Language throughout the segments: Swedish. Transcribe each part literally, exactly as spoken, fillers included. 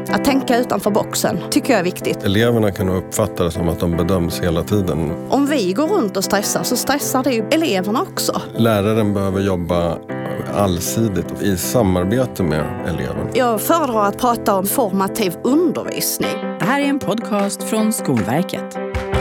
Att tänka utanför boxen tycker jag är viktigt. Eleverna kan uppfatta det som att de bedöms hela tiden. Om vi går runt och stressar så stressar det ju eleverna också. Läraren behöver jobba allsidigt i samarbete med eleven. Jag föredrar att prata om formativ undervisning. Det här är en podcast från Skolverket.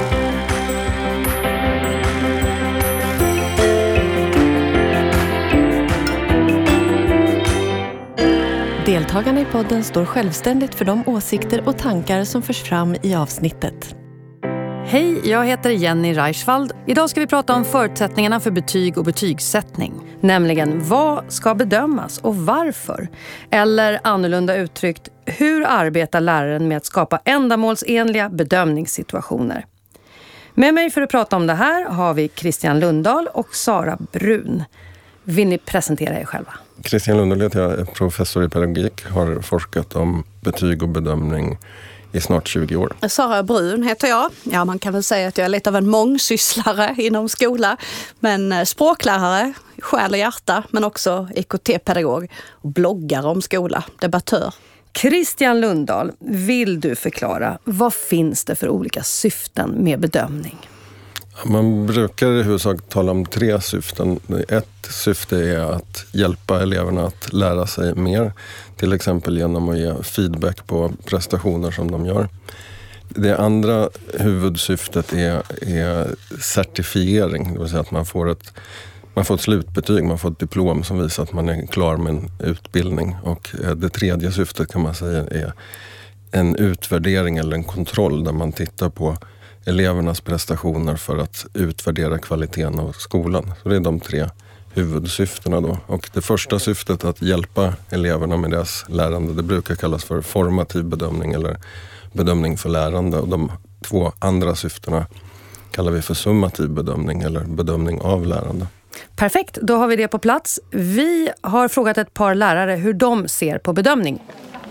Deltagarna i podden står självständigt för de åsikter och tankar som förs fram i avsnittet. Hej, jag heter Jenny Reichwald. Idag ska vi prata om förutsättningarna för betyg och betygssättning. Nämligen, vad ska bedömas och varför? Eller annorlunda uttryckt, hur arbetar läraren med att skapa ändamålsenliga bedömningssituationer? Med mig för att prata om det här har vi Christian Lundahl och Sara Brun. Vill ni presentera er själva? Christian Lundahl heter jag, är professor i pedagogik, har forskat om betyg och bedömning i snart tjugo år. Sara Brun heter jag. Ja, man kan väl säga att jag är lite av en mångsysslare inom skola. Men språklärare, själ och hjärta, men också I K T-pedagog och bloggare om skola, debattör. Christian Lundahl, vill du förklara vad finns det för olika syften med bedömning? Man brukar i huvudsak tala om tre syften. Ett syfte är att hjälpa eleverna att lära sig mer. Till exempel genom att ge feedback på prestationer som de gör. Det andra huvudsyftet är, är certifiering. Det vill säga att man får, ett, man får ett slutbetyg, man får ett diplom som visar att man är klar med en utbildning. Och det tredje syftet kan man säga är en utvärdering eller en kontroll där man tittar på elevernas prestationer för att utvärdera kvaliteten av skolan. Så det är de tre huvudsyftena då. Och det första syftet att hjälpa eleverna med deras lärande, det brukar kallas för formativ bedömning eller bedömning för lärande. Och de två andra syftena kallar vi för summativ bedömning eller bedömning av lärande. Perfekt, då har vi det på plats. Vi har frågat ett par lärare hur de ser på bedömning.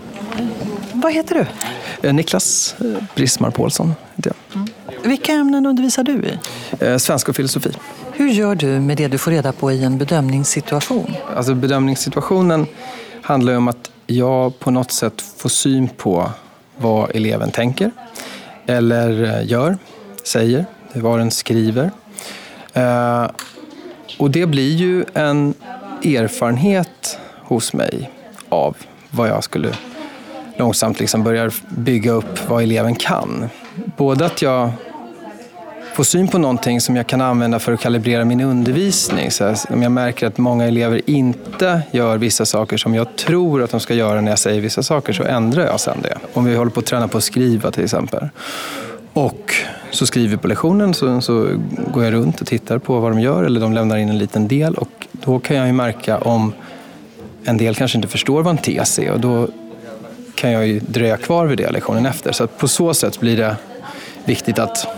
Vad heter du? Niklas Brismar Paulsson heter jag. Mm. Vilka ämnen undervisar du i? Eh, svenska och filosofi. Hur gör du med det du får reda på i en bedömningssituation? Alltså bedömningssituationen handlar om att jag på något sätt får syn på vad eleven tänker eller gör, säger, vad den skriver. Eh, och det blir ju en erfarenhet hos mig av vad jag skulle långsamt liksom börja bygga upp vad eleven kan. Både att jag får syn på någonting som jag kan använda för att kalibrera min undervisning. Så om jag märker att många elever inte gör vissa saker som jag tror att de ska göra när jag säger vissa saker, så ändrar jag sen det. Om vi håller på att träna på att skriva till exempel. Och så skriver vi på lektionen, så, så går jag runt och tittar på vad de gör, eller de lämnar in en liten del. Och då kan jag ju märka om en del kanske inte förstår vad en tes är, och då kan jag ju dröja kvar vid det lektionen efter. Så att på så sätt blir det viktigt att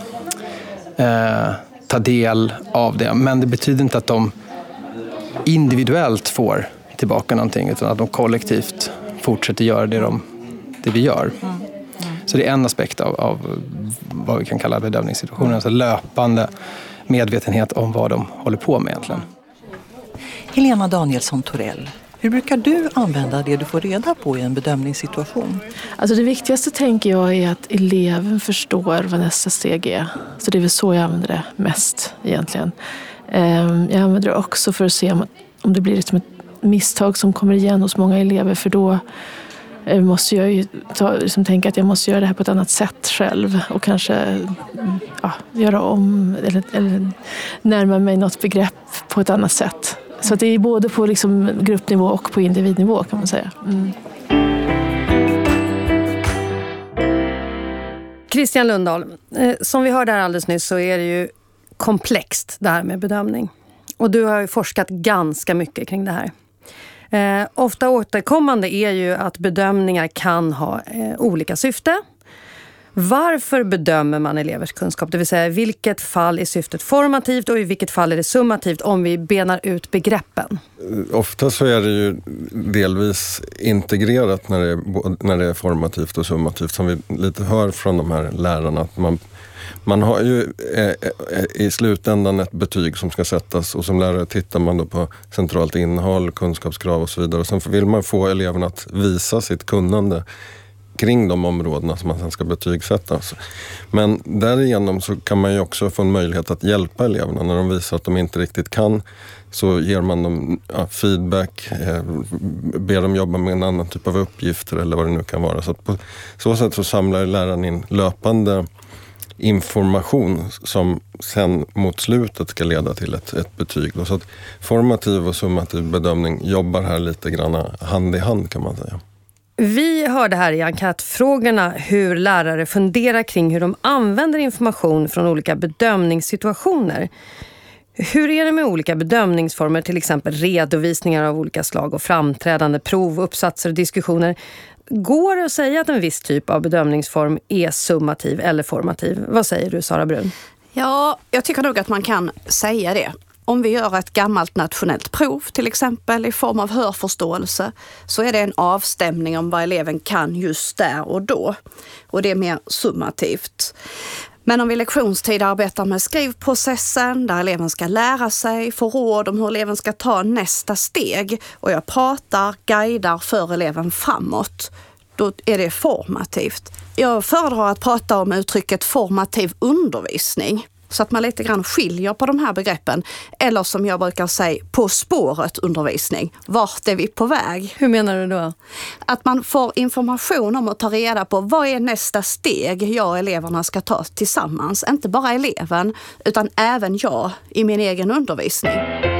eh, ta del av det. Men det betyder inte att de individuellt får tillbaka någonting, utan att de kollektivt fortsätter göra det, de, det vi gör. Mm. Mm. Så det är en aspekt av, av vad vi kan kalla bedömningssituationen. Alltså löpande medvetenhet om vad de håller på med egentligen. Helena Danielsson Torell. Hur brukar du använda det du får reda på i en bedömningssituation? Alltså det viktigaste tänker jag är att eleven förstår vad nästa steg är. Så det är väl så jag använder det mest egentligen. Jag använder det också för att se om det blir liksom ett misstag som kommer igen hos många elever. För då måste jag ju ta, liksom tänka att jag måste göra det här på ett annat sätt själv. Och kanske ja, göra om eller, eller närma mig något begrepp på ett annat sätt. Så att det är både på liksom gruppnivå och på individnivå kan man säga. Mm. Christian Lundahl, som vi hörde här alldeles nyss så är det ju komplext det här med bedömning. Och du har ju forskat ganska mycket kring det här. Eh, ofta återkommande är ju att bedömningar kan ha eh, olika syfte. Varför bedömer man elevers kunskap? Det vill säga, i vilket fall är syftet formativt och i vilket fall är det summativt, om vi benar ut begreppen? Ofta så är det ju delvis integrerat när det är, när det är formativt och summativt, som vi lite hör från de här lärarna. Att man, man har ju eh, i slutändan ett betyg som ska sättas, och som lärare tittar man då på centralt innehåll, kunskapskrav och så vidare. Och sen vill man få eleverna att visa sitt kunnande kring de områdena som man sen ska betygsätta. Men därigenom så kan man ju också få en möjlighet att hjälpa eleverna när de visar att de inte riktigt kan. Så ger man dem ja, feedback, eh, ber dem jobba med en annan typ av uppgifter eller vad det nu kan vara. Så att på så sätt så samlar läraren in löpande information som sen mot slutet ska leda till ett, ett betyg. Så att formativ och summativ bedömning jobbar här lite grann hand i hand, kan man säga. Vi hörde här i enkätfrågorna hur lärare funderar kring hur de använder information från olika bedömningssituationer. Hur är det med olika bedömningsformer, till exempel redovisningar av olika slag och framträdande prov, uppsatser och diskussioner? Går det att säga att en viss typ av bedömningsform är summativ eller formativ? Vad säger du, Sara Brun? Ja, jag tycker nog att man kan säga det. Om vi gör ett gammalt nationellt prov, till exempel i form av hörförståelse, så är det en avstämning om vad eleven kan just där och då. Och det är mer summativt. Men om vi lektionstid arbetar med skrivprocessen där eleven ska lära sig, få råd om hur eleven ska ta nästa steg och jag pratar, guidar för eleven framåt, då är det formativt. Jag föredrar att prata om uttrycket formativ undervisning så att man lite grann skiljer på de här begreppen. Eller som jag brukar säga, på spåret undervisning. Vart är vi på väg? Hur menar du då? Att man får information om att ta reda på vad är nästa steg jag och eleverna ska ta tillsammans. Inte bara eleven, utan även jag i min egen undervisning.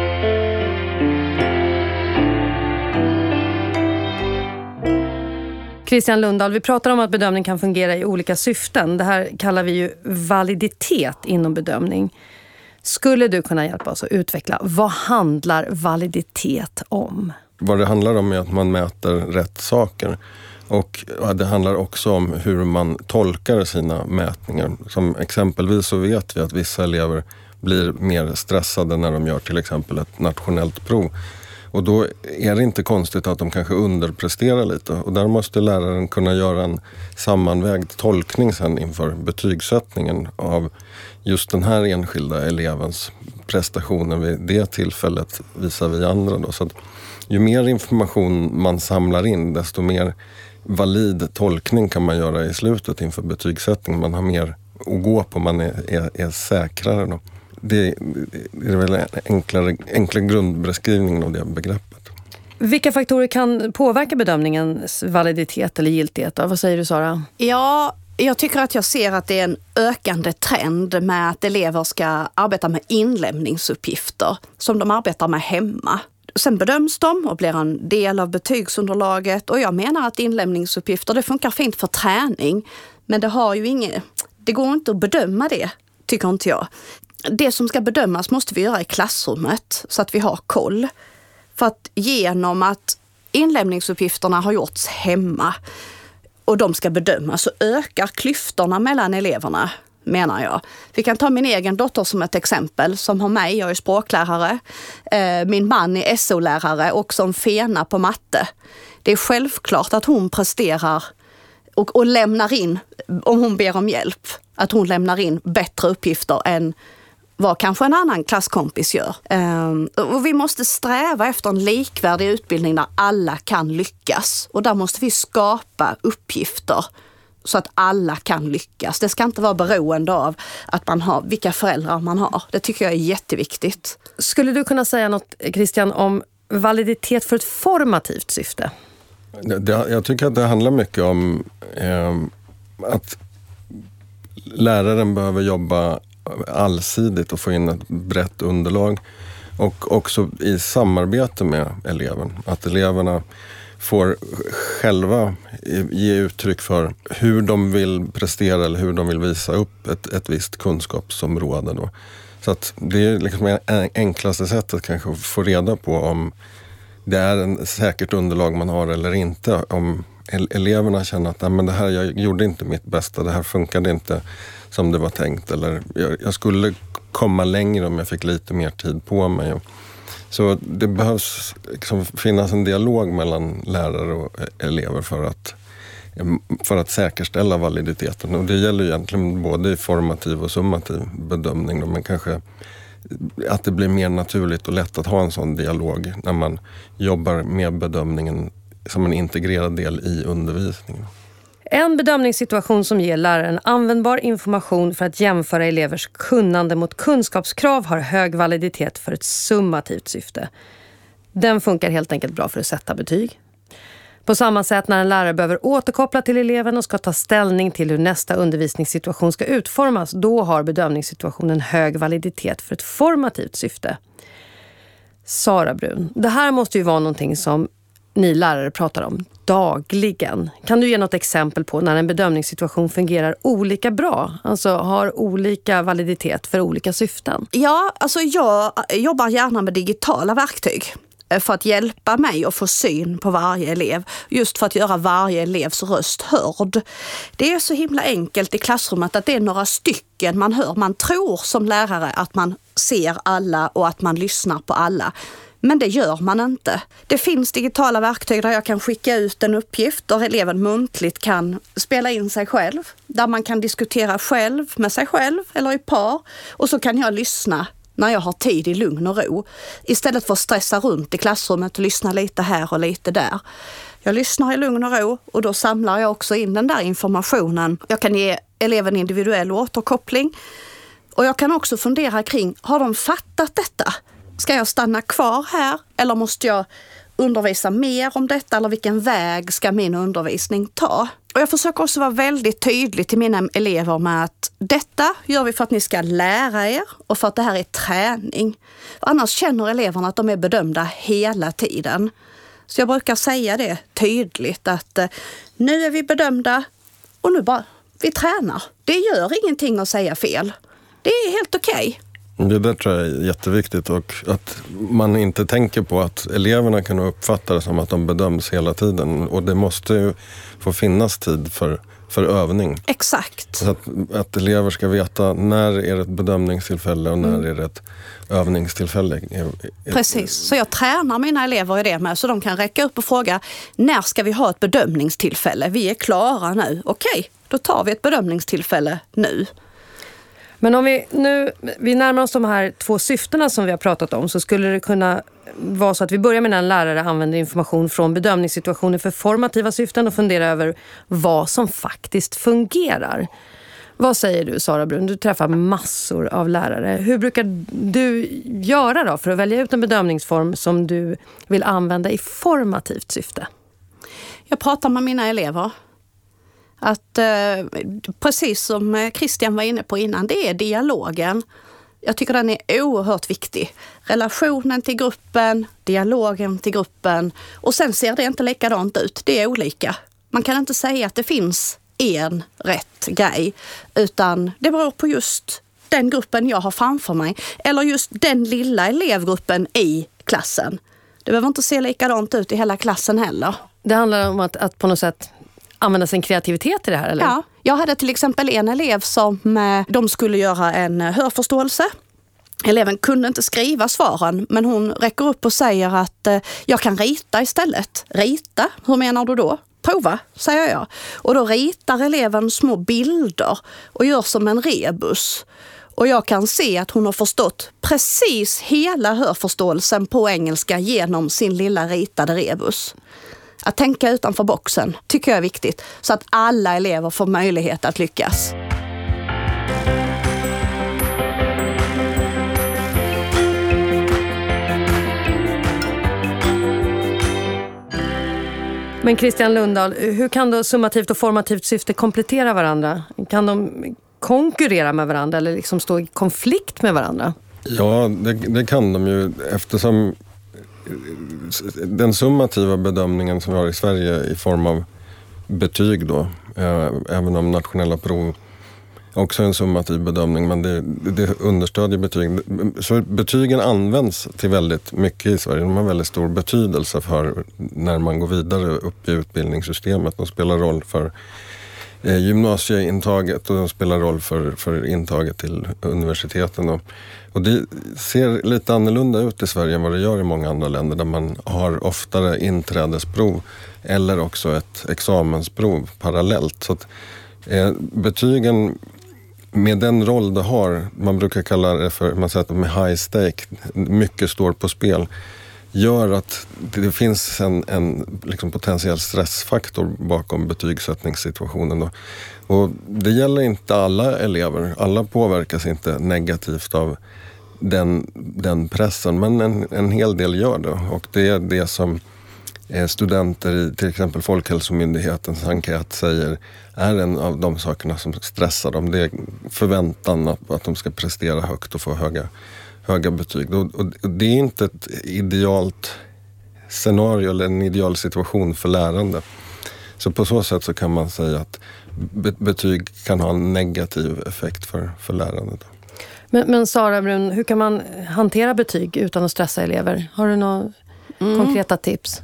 Christian Lundahl, vi pratar om att bedömning kan fungera i olika syften. Det här kallar vi ju validitet inom bedömning. Skulle du kunna hjälpa oss att utveckla, vad handlar validitet om? Vad det handlar om är att man mäter rätt saker. Och det handlar också om hur man tolkar sina mätningar. Som exempelvis så vet vi att vissa elever blir mer stressade när de gör till exempel ett nationellt prov. Och då är det inte konstigt att de kanske underpresterar lite. Och där måste läraren kunna göra en sammanvägd tolkning sen inför betygssättningen av just den här enskilda elevens prestationer vid det tillfället visar vi andra. Då. Så att ju mer information man samlar in, desto mer valid tolkning kan man göra i slutet inför betygssättningen. Man har mer att gå på, man är, är, är säkrare då. Det är väl en enklare, enklare grundbeskrivning av det begreppet. Vilka faktorer kan påverka bedömningens validitet eller giltighet? Vad säger du, Sara? Ja, jag tycker att jag ser att det är en ökande trend med att elever ska arbeta med inlämningsuppgifter som de arbetar med hemma. Sen bedöms de och blir en del av betygsunderlaget, och jag menar att inlämningsuppgifter, det funkar fint för träning, men det har ju inget, det går inte att bedöma det, tycker inte jag. Det som ska bedömas måste vi göra i klassrummet så att vi har koll. För att genom att inlämningsuppgifterna har gjorts hemma och de ska bedömas, så ökar klyftorna mellan eleverna, menar jag. Vi kan ta min egen dotter som ett exempel som har mig, jag är språklärare. Min man är S O-lärare och som fena på matte. Det är självklart att hon presterar och, och lämnar in, om hon ber om hjälp, att hon lämnar in bättre uppgifter än vad kanske en annan klasskompis gör. Um, och vi måste sträva efter en likvärdig utbildning där alla kan lyckas. Och där måste vi skapa uppgifter så att alla kan lyckas. Det ska inte vara beroende av att man har, vilka föräldrar man har. Det tycker jag är jätteviktigt. Skulle du kunna säga något, Christian, om validitet för ett formativt syfte? Det, det, jag tycker att det handlar mycket om eh, att läraren behöver jobba allsidigt och få in ett brett underlag, och också i samarbete med eleven. Att eleverna får själva ge uttryck för hur de vill prestera eller hur de vill visa upp ett, ett visst kunskapsområde då. Så att det är liksom det enklaste sättet kanske att få reda på om det är en säkert underlag man har eller inte. Om eleverna känner att nej, men det här, jag gjorde inte mitt bästa, det här funkade inte som det var tänkt, eller jag, jag skulle komma längre om jag fick lite mer tid på mig. Så det behövs liksom finnas en dialog mellan lärare och elever för att, för att säkerställa validiteten. Och det gäller egentligen både i formativ och summativ bedömning, men kanske att det blir mer naturligt och lätt att ha en sån dialog när man jobbar med bedömningen som en integrerad del i undervisningen. En bedömningssituation som ger läraren användbar information för att jämföra elevers kunnande mot kunskapskrav har hög validitet för ett summativt syfte. Den funkar helt enkelt bra för att sätta betyg. På samma sätt när en lärare behöver återkoppla till eleven och ska ta ställning till hur nästa undervisningssituation ska utformas, då har bedömningssituationen hög validitet för ett formativt syfte. Sara Brun, det här måste ju vara någonting som ni lärare pratar om dagligen. Kan du ge något exempel på när en bedömningssituation fungerar olika bra? Alltså har olika validitet för olika syften? Ja, alltså jag jobbar gärna med digitala verktyg för att hjälpa mig att få syn på varje elev. Just för att göra varje elevs röst hörd. Det är så himla enkelt i klassrummet att det är några stycken man hör. Man tror som lärare att man ser alla och att man lyssnar på alla. Men det gör man inte. Det finns digitala verktyg där jag kan skicka ut en uppgift där eleven muntligt kan spela in sig själv. Där man kan diskutera själv med sig själv eller i par. Och så kan jag lyssna när jag har tid i lugn och ro. Istället för att stressa runt i klassrummet och lyssna lite här och lite där. Jag lyssnar i lugn och ro och då samlar jag också in den där informationen. Jag kan ge eleven individuell återkoppling. Och jag kan också fundera kring, har de fattat detta? Ska jag stanna kvar här eller måste jag undervisa mer om detta eller vilken väg ska min undervisning ta? Och jag försöker också vara väldigt tydlig till mina elever med att detta gör vi för att ni ska lära er och för att det här är träning. Annars känner eleverna att de är bedömda hela tiden. Så jag brukar säga det tydligt att eh, nu är vi bedömda och nu bara, vi tränar. Det gör ingenting att säga fel. Det är helt okej. Det där tror jag är jätteviktigt och att man inte tänker på att eleverna kan uppfatta det som att de bedöms hela tiden och det måste ju få finnas tid för, för övning. Exakt. Så att, att elever ska veta när är det ett bedömningstillfälle och när mm. är det ett övningstillfälle. Precis, så jag tränar mina elever i det med så de kan räcka upp och fråga när ska vi ha ett bedömningstillfälle? Vi är klara nu. Okej, då tar vi ett bedömningstillfälle nu. Men om vi nu vi närmar oss de här två syftena som vi har pratat om så skulle det kunna vara så att vi börjar med när en lärare använder information från bedömningssituationer för formativa syften och funderar över vad som faktiskt fungerar. Vad säger du, Sara Brun? Du träffar massor av lärare. Hur brukar du göra då för att välja ut en bedömningsform som du vill använda i formativt syfte? Jag pratar med mina elever. Att eh, precis som Christian var inne på innan, det är dialogen. Jag tycker den är oerhört viktig. Relationen till gruppen, dialogen till gruppen. Och sen ser det inte likadant ut. Det är olika. Man kan inte säga att det finns en rätt grej. Utan det beror på just den gruppen jag har framför mig. Eller just den lilla elevgruppen i klassen. Det behöver inte se likadant ut i hela klassen heller. Det handlar om att, att på något sätt använda sin kreativitet i det här, eller? Ja, jag hade till exempel en elev som de skulle göra en hörförståelse. Eleven kunde inte skriva svaren, men hon räcker upp och säger att jag kan rita istället. Rita? Hur menar du då? Prova, säger jag. Och då ritar eleven små bilder och gör som en rebus. Och jag kan se att hon har förstått precis hela hörförståelsen på engelska genom sin lilla ritade rebus. Att tänka utanför boxen tycker jag är viktigt så att alla elever får möjlighet att lyckas. Men Christian Lundahl, hur kan då summativt och formativt syfte komplettera varandra? Kan de konkurrera med varandra eller liksom stå i konflikt med varandra? Ja, det, det kan de ju eftersom den summativa bedömningen som vi har i Sverige i form av betyg då, eh, även om nationella prov också är en summativ bedömning, men det, det understödjer betyg. Så betygen används till väldigt mycket i Sverige. De har väldigt stor betydelse för när man går vidare upp i utbildningssystemet. De spelar roll för eh, gymnasieintaget och de spelar roll för, för intaget till universiteten. Och, och det ser lite annorlunda ut i Sverige än vad det gör i många andra länder där man har oftare inträdesprov eller också ett examensprov parallellt. Så att eh, betygen med den roll det har, man brukar kalla det för, man säger att de är high stake, mycket står på spel. gör att det finns en, en liksom potentiell stressfaktor bakom betygssättningssituationen. Då. Och det gäller inte alla elever. Alla påverkas inte negativt av den, den pressen, men en, en hel del gör det. Och det är det som studenter i till exempel Folkhälsomyndighetens enkät säger är en av de sakerna som stressar dem. Det är förväntan att, att de ska prestera högt och få höga, höga betyg. Och, och det är inte ett idealt scenario eller en ideal situation för lärande. Så på så sätt så kan man säga att betyg kan ha en negativ effekt för, för lärandet. Men, men Sara Brun, hur kan man hantera betyg utan att stressa elever? Har du några mm. konkreta tips?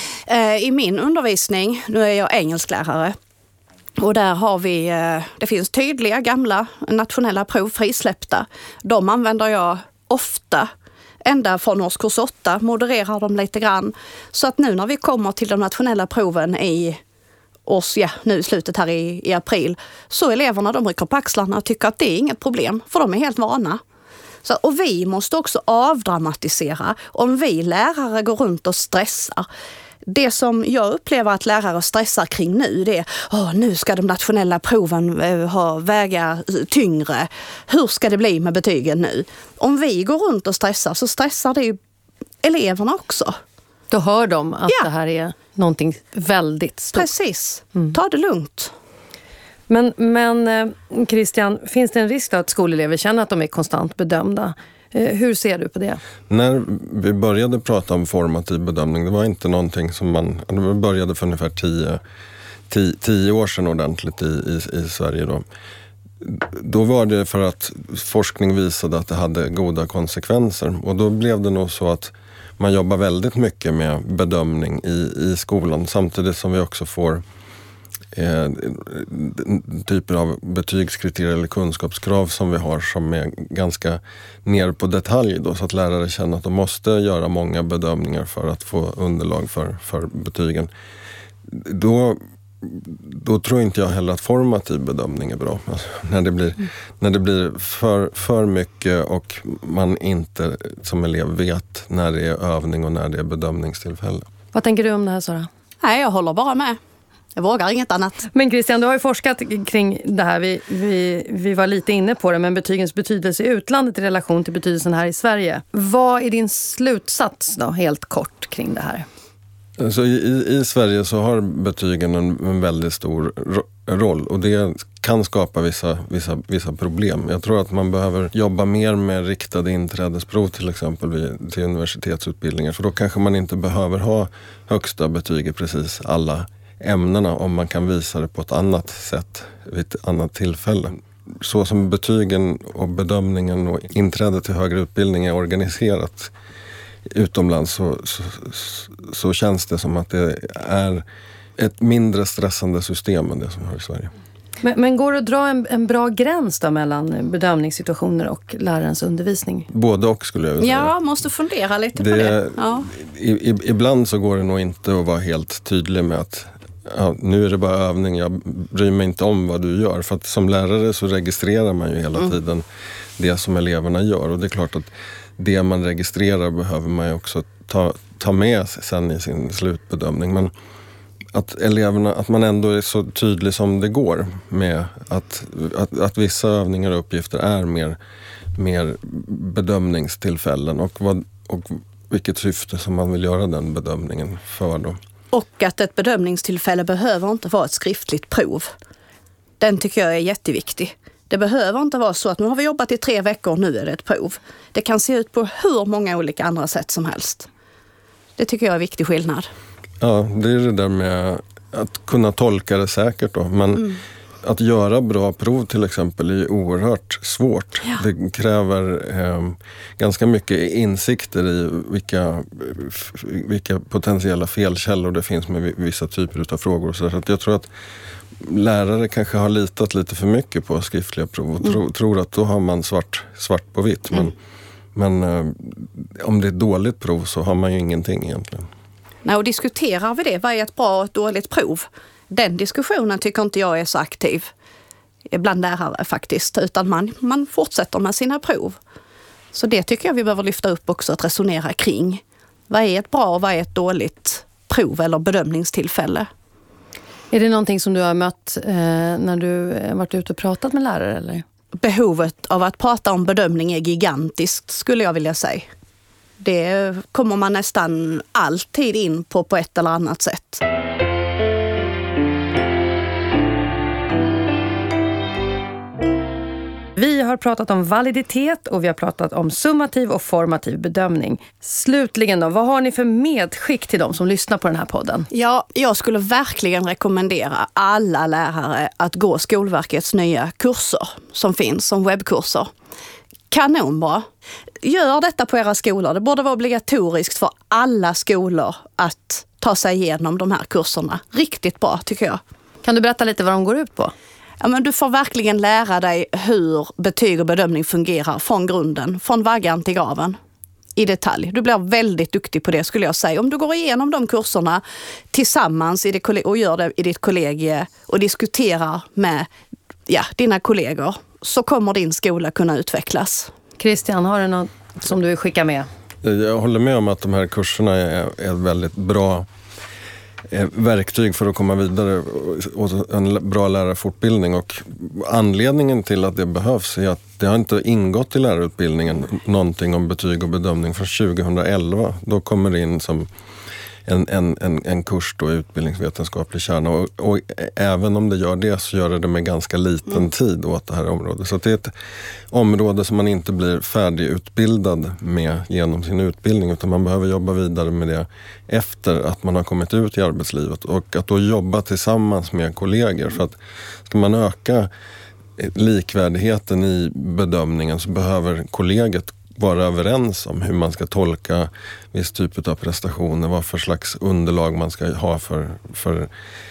I min undervisning, nu är jag engelsklärare, och där har vi, det finns tydliga gamla nationella prov frisläppta. De använder jag ofta, ända från årskurs åtta, modererar dem lite grann. Så att nu när vi kommer till de nationella proven i års, ja, nu i slutet här i, i april, så eleverna de rycker på axlarna och tycker att det är inget problem, för de är helt vana. Så, och vi måste också avdramatisera. Om vi lärare går runt och stressar, det som jag upplever att lärare stressar kring nu, det är åh, nu ska de nationella proven äh, ha väga tyngre. Hur ska det bli med betygen nu? Om vi går runt och stressar så stressar det ju eleverna också. Då hör de att ja. det här är någonting väldigt stort. Precis. Mm. Ta det lugnt. Men, men Christian, finns det en risk då att skolelever känner att de är konstant bedömda? Hur ser du på det? När vi började prata om formativ bedömning, det var inte någonting som man... Det började för ungefär tio, tio, tio år sedan ordentligt i, i, i Sverige då. Då var det för att forskning visade att det hade goda konsekvenser. Och då blev det nog så att man jobbar väldigt mycket med bedömning i, i skolan, samtidigt som vi också får eh, typer av betygskriterier eller kunskapskrav som vi har som är ganska ner på detalj då, så att lärare känner att de måste göra många bedömningar för att få underlag för, för betygen. Då, då tror inte jag heller att formativ bedömning är bra. Alltså, när det blir, mm. när det blir för, för mycket och man inte som elev vet när det är övning och när det är bedömningstillfälle. Vad tänker du om det här, Sara? Nej, jag håller bara med. Jag vågar inget annat. Men Christian, du har ju forskat kring det här. Vi, vi, vi var lite inne på det, men betygens betydelse i utlandet i relation till betydelsen här i Sverige. Vad är din slutsats då, helt kort, kring det här? Alltså i, I Sverige så har betygen en, en väldigt stor ro- roll och det kan skapa vissa, vissa, vissa problem. Jag tror att man behöver jobba mer med riktade inträdesprov till exempel vid, till universitetsutbildningar, för då kanske man inte behöver ha högsta betyg i precis alla ämnena om man kan visa det på ett annat sätt vid ett annat tillfälle. Så som betygen och bedömningen och inträdet till högre utbildning är organiserat utomlands så, så, så känns det som att det är ett mindre stressande system än det som vi har i Sverige. Men, men går det att dra en, en bra gräns då mellan bedömningssituationer och lärarens undervisning? Både och skulle jag vilja säga. Ja, måste fundera lite det, på det. Ja. I, i, ibland så går det nog inte att vara helt tydlig med att ja, nu är det bara övning, jag bryr mig inte om vad du gör. För att som lärare så registrerar man ju hela mm. tiden det som eleverna gör. Och det är klart att det man registrerar behöver man ju också ta, ta med sen i sin slutbedömning. Men att eleverna, att man ändå är så tydlig som det går med att, att, att vissa övningar och uppgifter är mer, mer bedömningstillfällen och, vad, och vilket syfte som man vill göra den bedömningen för då. Och att ett bedömningstillfälle behöver inte vara ett skriftligt prov. Den tycker jag är jätteviktig. Det behöver inte vara så att nu har vi jobbat i tre veckor och nu är det ett prov. Det kan se ut på hur många olika andra sätt som helst. Det tycker jag är en viktig skillnad. Ja, det är det där med att kunna tolka det säkert då. Men mm. att göra bra prov till exempel är oerhört svårt. Ja. Det kräver eh, ganska mycket insikter i vilka, vilka potentiella felkällor det finns med vissa typer av frågor. Så att jag tror att lärare kanske har litat lite för mycket på skriftliga prov och tro, mm. tror att då har man svart, svart på vitt. Men, mm. men eh, om det är ett dåligt prov så har man ju ingenting egentligen. Nej, och diskuterar vi det, vad är ett bra och ett dåligt prov? Den diskussionen tycker inte jag är så aktiv bland lärare faktiskt, utan man, man fortsätter med sina prov. Så det tycker jag vi behöver lyfta upp också, att resonera kring. Vad är ett bra och vad är ett dåligt prov eller bedömningstillfälle? Är det någonting som du har mött eh, när du varit ute och pratat med lärare eller? Behovet av att prata om bedömning är gigantiskt skulle jag vilja säga. Det kommer man nästan alltid in på på ett eller annat sätt. Vi har pratat om validitet och vi har pratat om summativ och formativ bedömning. Slutligen då, vad har ni för medskick till de som lyssnar på den här podden? Ja, jag skulle verkligen rekommendera alla lärare att gå Skolverkets nya kurser som finns som webbkurser. Kanonbra. Gör detta på era skolor. Det borde vara obligatoriskt för alla skolor att ta sig igenom de här kurserna. Riktigt bra tycker jag. Kan du berätta lite vad de går ut på? Ja, men du får verkligen lära dig hur betyg och bedömning fungerar från grunden, från vaggan till graven i detalj. Du blir väldigt duktig på det skulle jag säga. Om du går igenom de kurserna tillsammans i det, och gör det i ditt kollegie och diskuterar med ja, dina kollegor så kommer din skola kunna utvecklas. Christian, har du något som du vill skicka med? Jag håller med om att de här kurserna är, är väldigt bra verktyg för att komma vidare och en bra lärarfortbildning, och anledningen till att det behövs är att det har inte ingått i lärarutbildningen någonting om betyg och bedömning från tjugohundraelva. Då kommer det in som en, en, en, en kurs då i utbildningsvetenskaplig kärna, och, och även om det gör det så gör det med ganska liten mm. tid åt det här området. Så det är ett område som man inte blir färdigutbildad med genom sin utbildning, utan man behöver jobba vidare med det efter att man har kommit ut i arbetslivet, och att då jobba tillsammans med kollegor. För att ska man öka likvärdigheten i bedömningen så behöver kollegiet vara överens om hur man ska tolka viss typ av prestationer, vad för slags underlag man ska ha för, för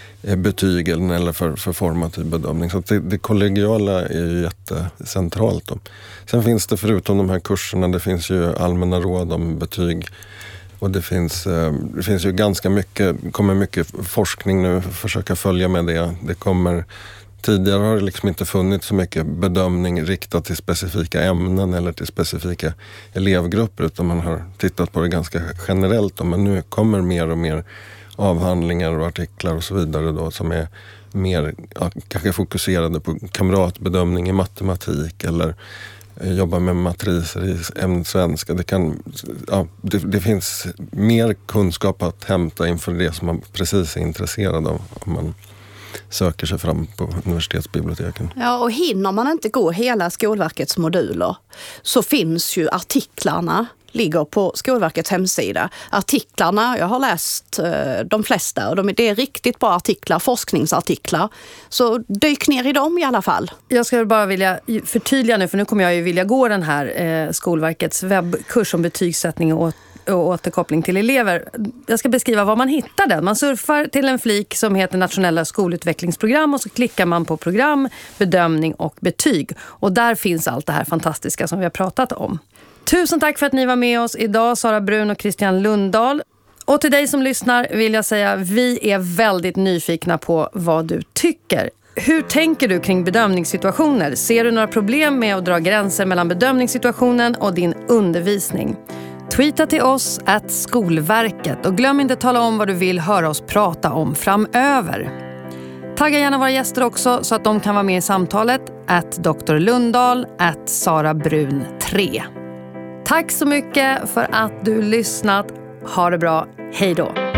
betygen eller för, för formativ bedömning. Så det, det kollegiala är ju jättecentralt då. Sen finns det förutom de här kurserna, det finns ju allmänna råd om betyg, och det finns, det finns ju ganska mycket, kommer mycket forskning nu, försöka följa med det. Det kommer Tidigare har det liksom inte funnits så mycket bedömning riktat till specifika ämnen eller till specifika elevgrupper, utan man har tittat på det ganska generellt. Men nu kommer mer och mer avhandlingar och artiklar och så vidare då, som är mer ja, kanske fokuserade på kamratbedömning i matematik eller jobba med matriser i ämnet svenska. Det, kan, ja, det, det finns mer kunskap att hämta inför det som man precis är intresserad av om man söker sig fram på universitetsbiblioteken. Ja, och hinner man inte gå hela Skolverkets moduler så finns ju artiklarna, ligger på Skolverkets hemsida. Artiklarna, jag har läst eh, de flesta och de, det är riktigt bra artiklar, forskningsartiklar. Så dyk ner i dem i alla fall. Jag skulle bara vilja förtydliga nu, för nu kommer jag ju vilja gå den här eh, Skolverkets webbkurs om betygssättning och och återkoppling till elever. Jag ska beskriva var man hittar den. Man surfar till en flik som heter Nationella skolutvecklingsprogram och så klickar man på program, bedömning och betyg. Och där finns allt det här fantastiska som vi har pratat om. Tusen tack för att ni var med oss idag, Sara Brun och Christian Lundahl. Och till dig som lyssnar vill jag säga, vi är väldigt nyfikna på vad du tycker. Hur tänker du kring bedömningssituationer? Ser du några problem med att dra gränser mellan bedömningssituationen och din undervisning? Tweeta till oss at Skolverket och glöm inte att tala om vad du vill höra oss prata om framöver. Tagga gärna våra gäster också så att de kan vara med i samtalet. At doktor Lundahl, at Sara Brun tre. Tack så mycket för att du lyssnat. Ha det bra. Hej då!